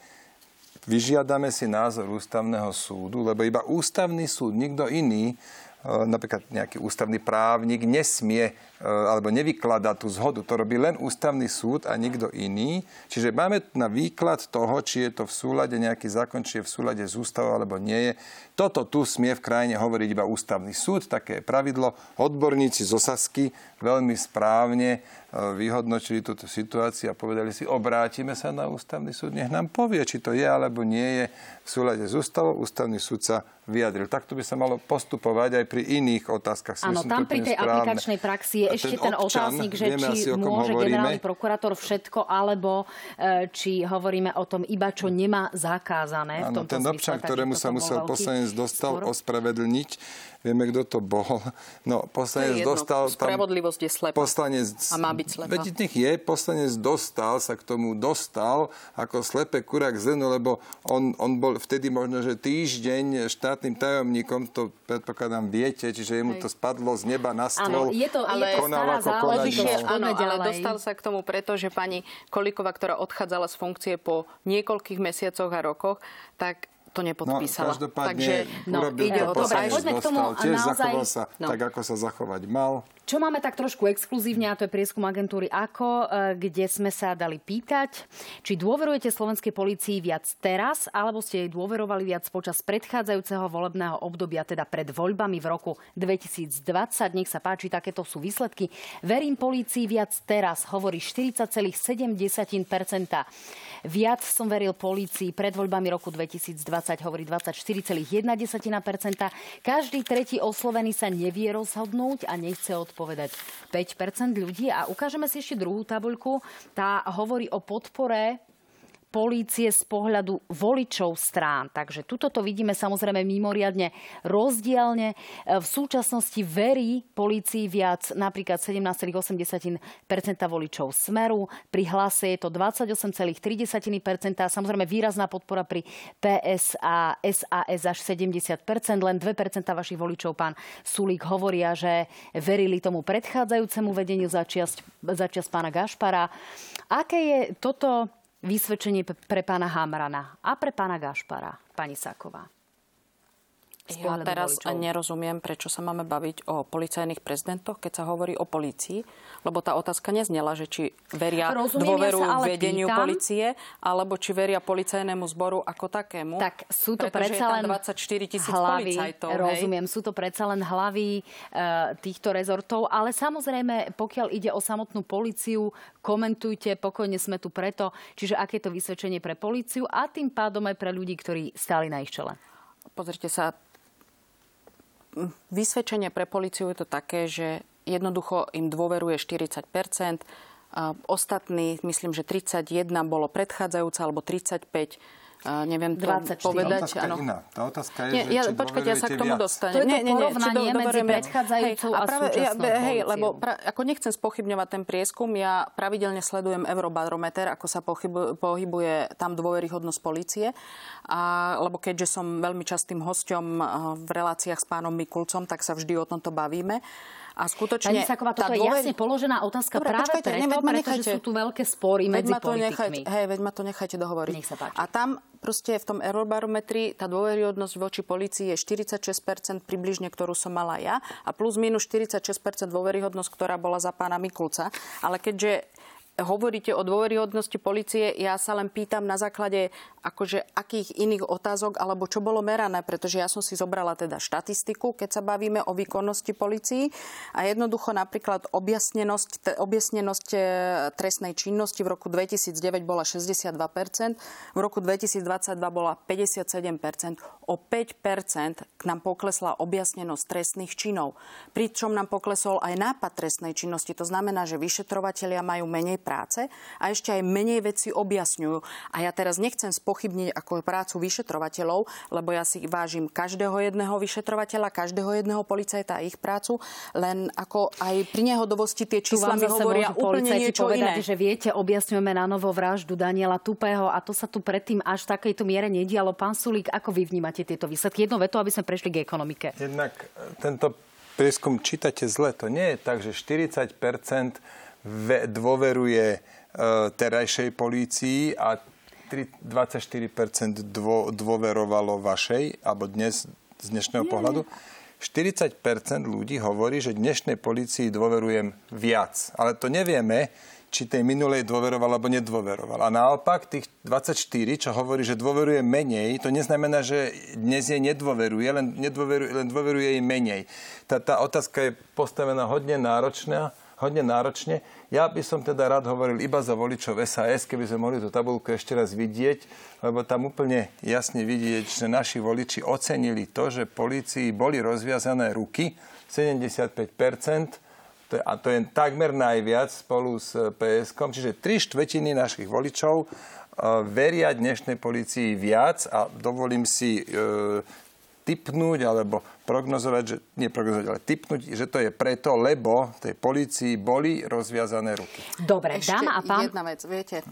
S2: vyžiadame si názor ústavného súdu, lebo iba ústavný súd, nikto iný, napríklad nejaký ústavný právnik nesmie alebo nevykladá tú zhodu. To robí len ústavný súd a nikto iný. Čiže máme na výklad toho, či je to v súlade nejaký zákon, či je v súlade s ústavou alebo nie je. Toto tu smie v krajine hovoriť iba ústavný súd, také je pravidlo. Odborníci z Osasky veľmi správne vyhodnotili túto situáciu a povedali si, obrátime sa na ústavný súd, nech nám povie, či to je alebo nie je v súlade s ústavou. Ústavný súd sa vyjadril. Takto by sa malo postupovať aj pri iných otázkach.
S1: Áno, tam pri tej správne. Aplikačnej praxi je ešte ten, ten otáznik, že či asi, môže hovoríme. Generálny prokurátor všetko, alebo e, či hovoríme o tom iba, čo nemá zakázané.
S2: Áno,
S1: v tomto
S2: ten občan,
S1: zmysle,
S2: ktorému sa musel poslanec dostal spor. ospravedlniť, vieme, kto to bol. No, poslanec
S3: jedno,
S2: dostal...
S3: Spravodlivosť je slepá.
S2: Poslanec,
S3: a má byť slepá.
S2: Veď nech je, poslanec dostal, sa k tomu dostal ako slepé kurák zrno, lebo on, on bol vtedy možno, že týždeň štátnym tajomníkom, to predpokladám viete, čiže jemu to spadlo z neba na stôl.
S1: Áno, je to, ale
S2: konal ako konateľ.
S3: Áno, ale dostal sa k tomu preto, že pani Kolíková, ktorá odchádzala z funkcie po niekoľkých mesiacoch a rokoch, tak to nepodpísala.
S2: No, každopádne
S3: Takže,
S2: no, urobil
S1: ide
S2: to
S1: o to.
S2: poslanec dostal. Tiež
S1: naozaj...
S2: zachoval sa
S1: no.
S2: tak, ako sa zachovať mal.
S1: Čo máme tak trošku exkluzívne, a to je prieskum agentúry Ako, kde sme sa dali pýtať, či dôverujete slovenskej polícii viac teraz, alebo ste jej dôverovali viac počas predchádzajúceho volebného obdobia, teda pred voľbami v roku dvetisícdvadsať. Nech sa páči, takéto sú výsledky. Verím polícii viac teraz, hovorí štyridsať celá sedem percenta. Viac som veril polícii pred voľbami roku dvetisícdvadsať, hovorí dvadsaťštyri celá jedna percenta. Každý tretí oslovený sa nevie rozhodnúť a nechce odpovedať päť percent ľudí. A ukážeme si ešte druhú tabuľku. Tá hovorí o podpore polície z pohľadu voličov strán. Takže tuto to vidíme samozrejme mimoriadne rozdielne. V súčasnosti verí polícii viac napríklad sedemnásť celá osem percenta voličov Smeru. Pri Hlase je to dvadsaťosem celá tri percenta. Samozrejme výrazná podpora pri pé es a es a es až sedemdesiat percent. Len dve percentá vašich voličov, pán Sulík, hovoria, že verili tomu predchádzajúcemu vedeniu za čias, za čias pána Gašpara. Aké je toto vysvedčenie pre pána Hamrana a pre pána Gašpara, pani Sáková?
S3: Ja teraz voličov. nerozumiem, prečo sa máme baviť o policajných prezidentoch, keď sa hovorí o polícii, lebo tá otázka neznela, že či veria rozumiem, dôveru ja vedeniu pýtam. polície, alebo či veria policajnému zboru ako takému.
S1: Tak sú to predsa len
S3: dvadsaťštyri tisíc
S1: hlavy,
S3: policajtov.
S1: Rozumiem, hej? Sú to predsa len hlavy e, týchto rezortov, ale samozrejme, pokiaľ ide o samotnú políciu, komentujte, pokojne sme tu preto, čiže aké je to vysvedčenie pre políciu a tým pádom aj pre ľudí, ktorí stáli na ich čele.
S3: Pozrite sa, vysvedčenie pre políciu je to také, že jednoducho im dôveruje štyridsať percent. Ostatní, myslím, že tridsaťjeden bolo predchádzajúce, alebo tridsaťpäť. Uh, neviem to
S1: dvadsaťštyri.
S3: povedať.
S2: Tá otázka je iná. Tá otázka je,
S3: nie,
S2: že
S3: ja,
S2: či
S3: počkajte, ja sa k tomu
S2: viac.
S3: dostanem.
S1: To je to
S3: nie, nie,
S1: porovnanie
S3: do,
S1: medzi predchádzajúcou a, a práve, súčasnou
S3: ja, hej,
S1: políciou.
S3: lebo pra, ako nechcem spochybňovať ten prieskum, ja pravidelne sledujem Eurobarometer, ako sa pohybu, pohybuje tam dôveryhodnosť polície. A, lebo keďže som veľmi častým hosťom v reláciách s pánom Mikulcom, tak sa vždy o tomto bavíme. A skutočne...
S1: Pani Sáková, toto je dôver... jasne položená otázka. Dobre, práve počkajte, preto, pretože nechajte, sú tu veľké spory medzi politikmi.
S3: Nechajte, hej, veď ma to nechajte dohovoriť.
S1: Nech sa páči.
S3: A tam proste v tom Eurobarometri tá dôveryhodnosť voči polícii je štyridsaťšesť percent približne, ktorú som mala ja. A plus minus štyridsaťšesť percent dôveryhodnosť, ktorá bola za pána Mikulca. Ale keďže hovoríte o dôveryhodnosti polície, ja sa len pýtam na základe akože akých iných otázok alebo čo bolo merané, pretože ja som si zobrala teda štatistiku, keď sa bavíme o výkonnosti polícii a jednoducho napríklad objasnenosť, objasnenosť trestnej činnosti v roku dvetisícdeväť bola šesťdesiatdva percent, v roku dvetisícdvadsaťdva bola päťdesiatsedem percent. O päť percent k nám poklesla objasnenosť trestných činov, pričom nám poklesol aj nápad trestnej činnosti. To znamená, že vyšetrovatelia majú menej práce práce a ešte aj menej veci objasňujú. A ja teraz nechcem spochybniť ako prácu vyšetrovateľov, lebo ja si vážim každého jedného vyšetrovateľa, každého jedného policajta a ich prácu, len ako aj pri nehodovosti tie čísla mi hovoria úplne niečo
S1: povedať,
S3: iné.
S1: Že viete, objasňujeme na novo vraždu Daniela Tupého a to sa tu predtým až v takejto miere nedialo. Pán Sulík, ako vy vnímate tieto výsledky? Jednou vetou, aby sme prešli k ekonomike.
S2: Jednak tento prieskum čítate zle. To nie je tak, že štyridsať percent dôveruje e, terajšej polícii a dvadsaťštyri percent dô, dôverovalo vašej, alebo dnes z dnešného nie, pohľadu. štyridsať percent ľudí hovorí, že dnešnej polícii dôverujem viac. Ale to nevieme, či tej minulej dôveroval alebo nedôveroval. A naopak tých dvadsaťštyri, čo hovorí, že dôveruje menej, to neznamená, že dnes jej nedôveruje, len, nedôveruje, len dôveruje jej menej. Tá, tá otázka je postavená hodne náročná, hodne náročne. Ja by som teda rád hovoril iba za voličov es a es, keby sme mohli tú tabuľku ešte raz vidieť, lebo tam úplne jasne vidieť, že naši voliči ocenili to, že polícii boli rozviazané ruky, sedemdesiatpäť percent, a to je takmer najviac spolu s pé eskom, čiže tri štvrtiny našich voličov veria dnešnej polícii viac a dovolím si e, tipnúť alebo prognozovať, že, nie prognozovať, ale tipnúť, že to je preto, lebo tej polícii boli rozviazané ruky.
S1: Dobre,
S3: ešte
S1: dáma a pán...
S3: jedna vec, viete.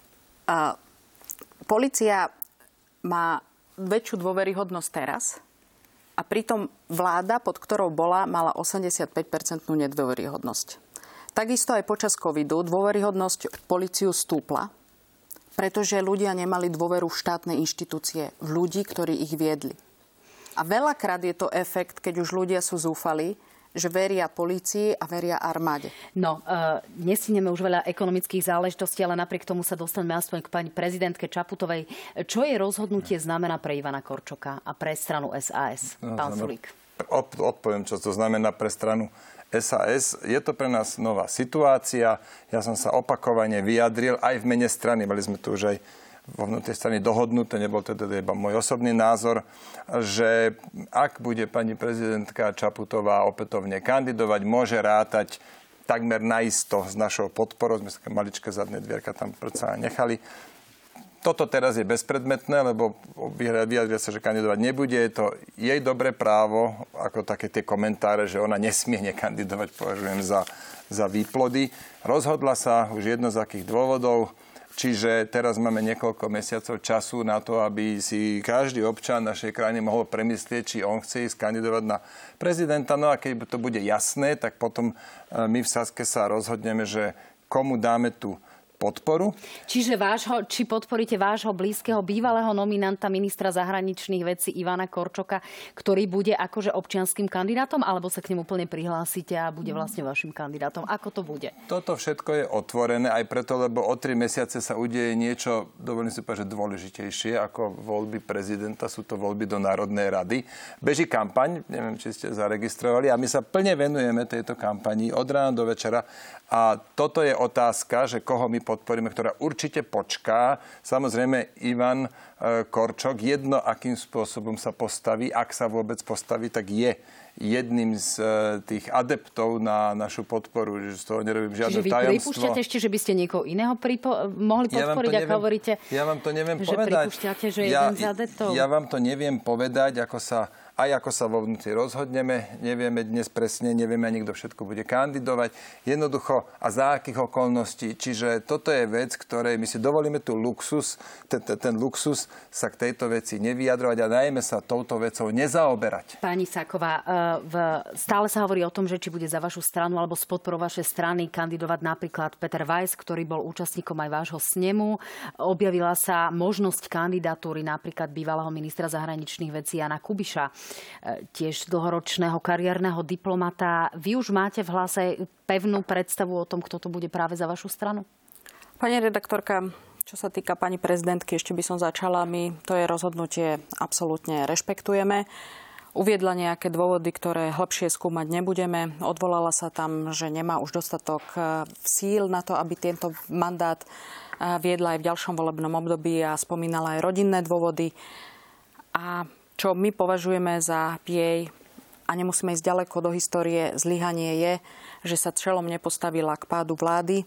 S3: Uh, polícia má väčšiu dôveryhodnosť teraz, a pritom vláda, pod ktorou bola, mala osemdesiatpäť percent nedôveryhodnosť. Takisto aj počas covidu dôveryhodnosť v políciu stúpla, pretože ľudia nemali dôveru v štátne inštitúcie, v ľudí, ktorí ich viedli. A veľakrát je to efekt, keď už ľudia sú zúfali, že veria polícii a veria armáde.
S1: No, uh, nestineme už veľa ekonomických záležitostí, ale napriek tomu sa dostaneme aspoň k pani prezidentke Čaputovej. Čo jej rozhodnutie znamená pre Ivana Korčoka a pre stranu es a es?
S2: No,
S1: Pán Sulík.
S2: Odpoviem, čo to znamená pre stranu es a es. Je to pre nás nová situácia. Ja som sa opakovane vyjadril aj v mene strany. Mali sme tu už aj vo vnútrej strany dohodnuté, nebol teda iba môj osobný názor, že ak bude pani prezidentka Čaputová opätovne kandidovať, môže rátať takmer naisto s našou podporou. Sme sa maličké zadné dvierka tam predsa nechali. Toto teraz je bezpredmetné, lebo vyjadria sa, že kandidovať nebude. Je to jej dobré právo, ako také tie komentáre, že ona nesmie nekandidovať, považujem za, za výplody. Rozhodla sa už jedno z akých dôvodov. Čiže teraz máme niekoľko mesiacov času na to, aby si každý občan našej krajiny mohol premyslieť, či on chce ísť kandidovať na prezidenta. No a keď to bude jasné, tak potom my v Saske sa rozhodneme, že komu dáme tú podporu.
S1: Čiže vášho, či podporíte vášho blízkeho bývalého nominanta ministra zahraničných vecí Ivana Korčoka, ktorý bude akože občianskym kandidátom, alebo sa k nemu úplne prihlásite a bude vlastne vašim kandidátom? Ako to bude?
S2: Toto všetko je otvorené aj preto, lebo o tri mesiace sa udeje niečo, dovolím si povedať, dôležitejšie ako voľby prezidenta. Sú to voľby do Národnej rady. Beží kampaň, neviem, či ste zaregistrovali, a my sa plne venujeme tejto kampani od rána do večera. A toto je otázka, že koho my podporíme, ktorá určite počká. Samozrejme, Ivan Korčok jedno, akým spôsobom sa postaví, ak sa vôbec postaví, tak je jedným z tých adeptov na našu podporu. Že z toho nerobím žiadne tajomstvo. Čiže vy pripúšťate
S1: ešte, že by ste niekoho iného pripo- mohli podporiť,
S2: ja
S1: ako hovoríte?
S2: Ja vám to neviem
S1: že
S2: povedať.
S1: Že pripúšťate, že je
S2: ja,
S1: jeden z adeptov?
S2: Ja vám to neviem povedať, ako sa... Aj ako sa vo vnútri rozhodneme, nevieme dnes presne, nevieme ani kto všetko bude kandidovať. Jednoducho a za akých okolností. Čiže toto je vec, ktorej my si dovolíme tu luxus, ten, ten, ten luxus sa k tejto veci nevyjadrovať a najmä sa touto vecou nezaoberať.
S1: Pani Sáková, v, stále sa hovorí o tom, že či bude za vašu stranu alebo z podporu vašej strany kandidovať napríklad Peter Weiss, ktorý bol účastníkom aj vášho snemu. Objavila sa možnosť kandidatúry napríklad bývalého ministra zahraničných vecí Jana Kubiša, tiež dlhoročného kariérneho diplomata. Vy už máte v hlase pevnú predstavu o tom, kto to bude práve za vašu stranu?
S3: Pani redaktorka, čo sa týka pani prezidentky, ešte by som začala. My to je rozhodnutie absolútne rešpektujeme. Uviedla nejaké dôvody, ktoré hlbšie skúmať nebudeme. Odvolala sa tam, že nemá už dostatok síl na to, aby tento mandát viedla aj v ďalšom volebnom období a spomínala aj rodinné dôvody. A čo my považujeme za jej, a nemusíme ísť ďaleko do histórie, zlyhanie je, že sa čelom nepostavila k pádu vlády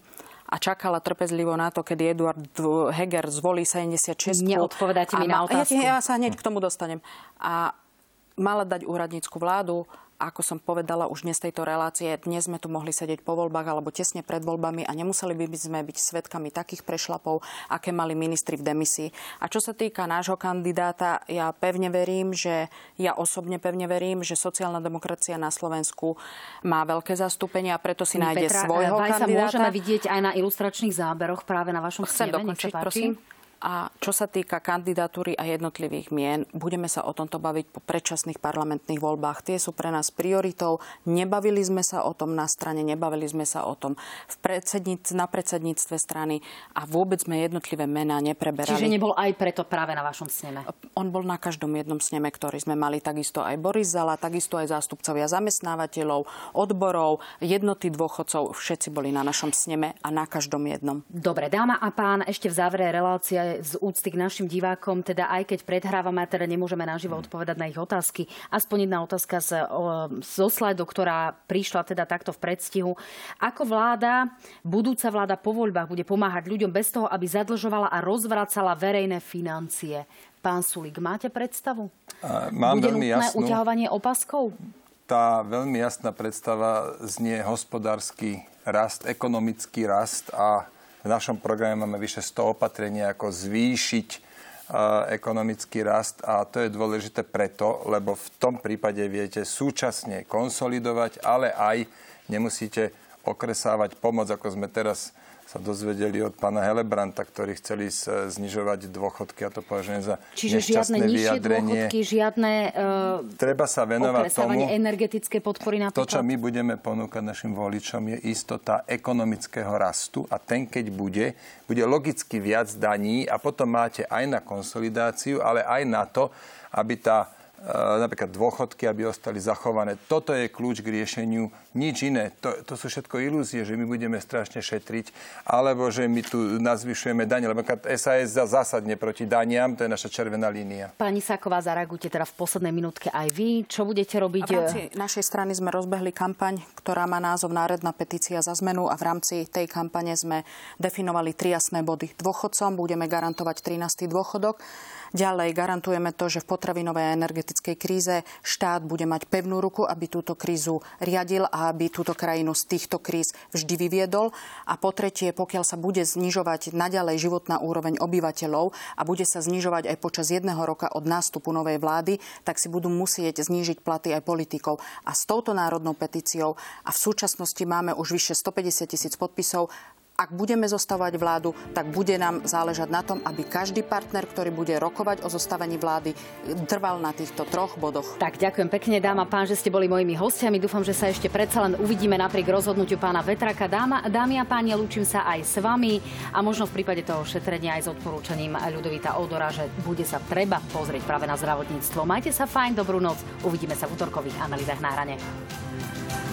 S3: a čakala trpezlivo na to, kedy Eduard Heger zvolí sedemdesiatšesť.
S1: Neodpovedáte mi na otázku.
S3: Ja, ja sa hneď k tomu dostanem. A mala dať úradnícku vládu. Ako som povedala už dnes tejto relácie, dnes sme tu mohli sedieť po voľbách alebo tesne pred voľbami a nemuseli by sme byť svedkami takých prešlapov, aké mali ministri v demisii. A čo sa týka nášho kandidáta, ja pevne verím, že ja osobne pevne verím, že sociálna demokracia na Slovensku má veľké zastúpenie a preto si nájde
S1: Petra,
S3: svojho
S1: Vajsa
S3: kandidáta.
S1: Môžeme vidieť aj na ilustračných záberoch práve na vašom
S3: Chcem
S1: sneme.
S3: dokončiť, prosím. A čo sa týka kandidatúry a jednotlivých mien, budeme sa o tomto baviť po predčasných parlamentných voľbách. Tie sú pre nás prioritou. Nebavili sme sa o tom na strane, nebavili sme sa o tom v predsedníc- na predsedníctve strany a vôbec sme jednotlivé mená nepreberali.
S1: Čiže nebol aj preto práve na vašom sneme?
S3: On bol na každom jednom sneme, ktorý sme mali. Takisto aj Boris Zala, takisto aj zástupcovia zamestnávateľov, odborov, jednoty dôchodcov. Všetci boli na našom sneme a na každom jednom.
S1: Dobre, dáma a pán, ešte v závere relácie z úcty k našim divákom, teda aj keď predhrávame a teda nemôžeme naživo odpovedať na ich otázky, aspoň jedna otázka z, o, zo slajdu, ktorá prišla teda takto v predstihu. Ako vláda, budúca vláda po voľbách bude pomáhať ľuďom bez toho, aby zadlžovala a rozvracala verejné financie? Pán Sulík, máte predstavu?
S2: A mám
S1: bude
S2: veľmi
S1: nutné
S2: jasnú.
S1: uťahovanie opaskov?
S2: Tá veľmi jasná predstava znie hospodársky rast, ekonomický rast a v našom programe máme vyše sto opatrení, ako zvýšiť uh, ekonomický rast a to je dôležité preto, lebo v tom prípade viete súčasne konsolidovať, ale aj nemusíte okresávať pomoc, ako sme teraz sa dozvedeli od pána Helebranta, ktorí chceli znižovať dôchodky a to považujem za
S1: Čiže žiadne nižšie dôchodky, žiadne uh,
S2: treba sa venovať tomu,
S1: energetické podpory napríklad.
S2: To, čo my budeme ponúkať našim voličom, je istota ekonomického rastu a ten, keď bude, bude logicky viac daní a potom máte aj na konsolidáciu, ale aj na to, aby tá napríklad dôchodky, aby ostali zachované. Toto je kľúč k riešeniu. Nič iné. To, to sú všetko ilúzie, že my budeme strašne šetriť, alebo že my tu nazvyšujeme dane. Lebo es a es zásadne proti daniam, to je naša červená línia.
S1: Pani Sáková, zareagujte teda v poslednej minútke aj vy. Čo budete robiť?
S3: A v rámci našej strany sme rozbehli kampaň, ktorá má názov Národná petícia za zmenu a v rámci tej kampane sme definovali tri jasné body. Dôchodcom budeme garantovať trinásty dôchodok. Ďalej garantujeme to, že v potravinovej a energetickej kríze štát bude mať pevnú ruku, aby túto krízu riadil a aby túto krajinu z týchto kríz vždy vyviedol. A po tretie, pokiaľ sa bude znižovať naďalej životná úroveň obyvateľov a bude sa znižovať aj počas jedného roka od nástupu novej vlády, tak si budú musieť znížiť platy aj politikov. A s touto národnou petíciou a v súčasnosti máme už vyše stopäťdesiat tisíc podpisov. Ak budeme zostavovať vládu, tak bude nám záležať na tom, aby každý partner, ktorý bude rokovať o zostavení vlády, trval na týchto troch bodoch.
S1: Tak, ďakujem pekne, dáma, pán, že ste boli mojimi hostiami. Dúfam, že sa ešte predsa len uvidíme napriek rozhodnutiu pána Vetraka. Dáma, dámy a páni, lúčim sa aj s vami a možno v prípade toho šetrenia aj s odporúčaním Ľudovita Odora, že bude sa treba pozrieť práve na zdravotníctvo. Majte sa fajn, dobrú noc. Uvidíme sa v utorkových analýzach Na hrane.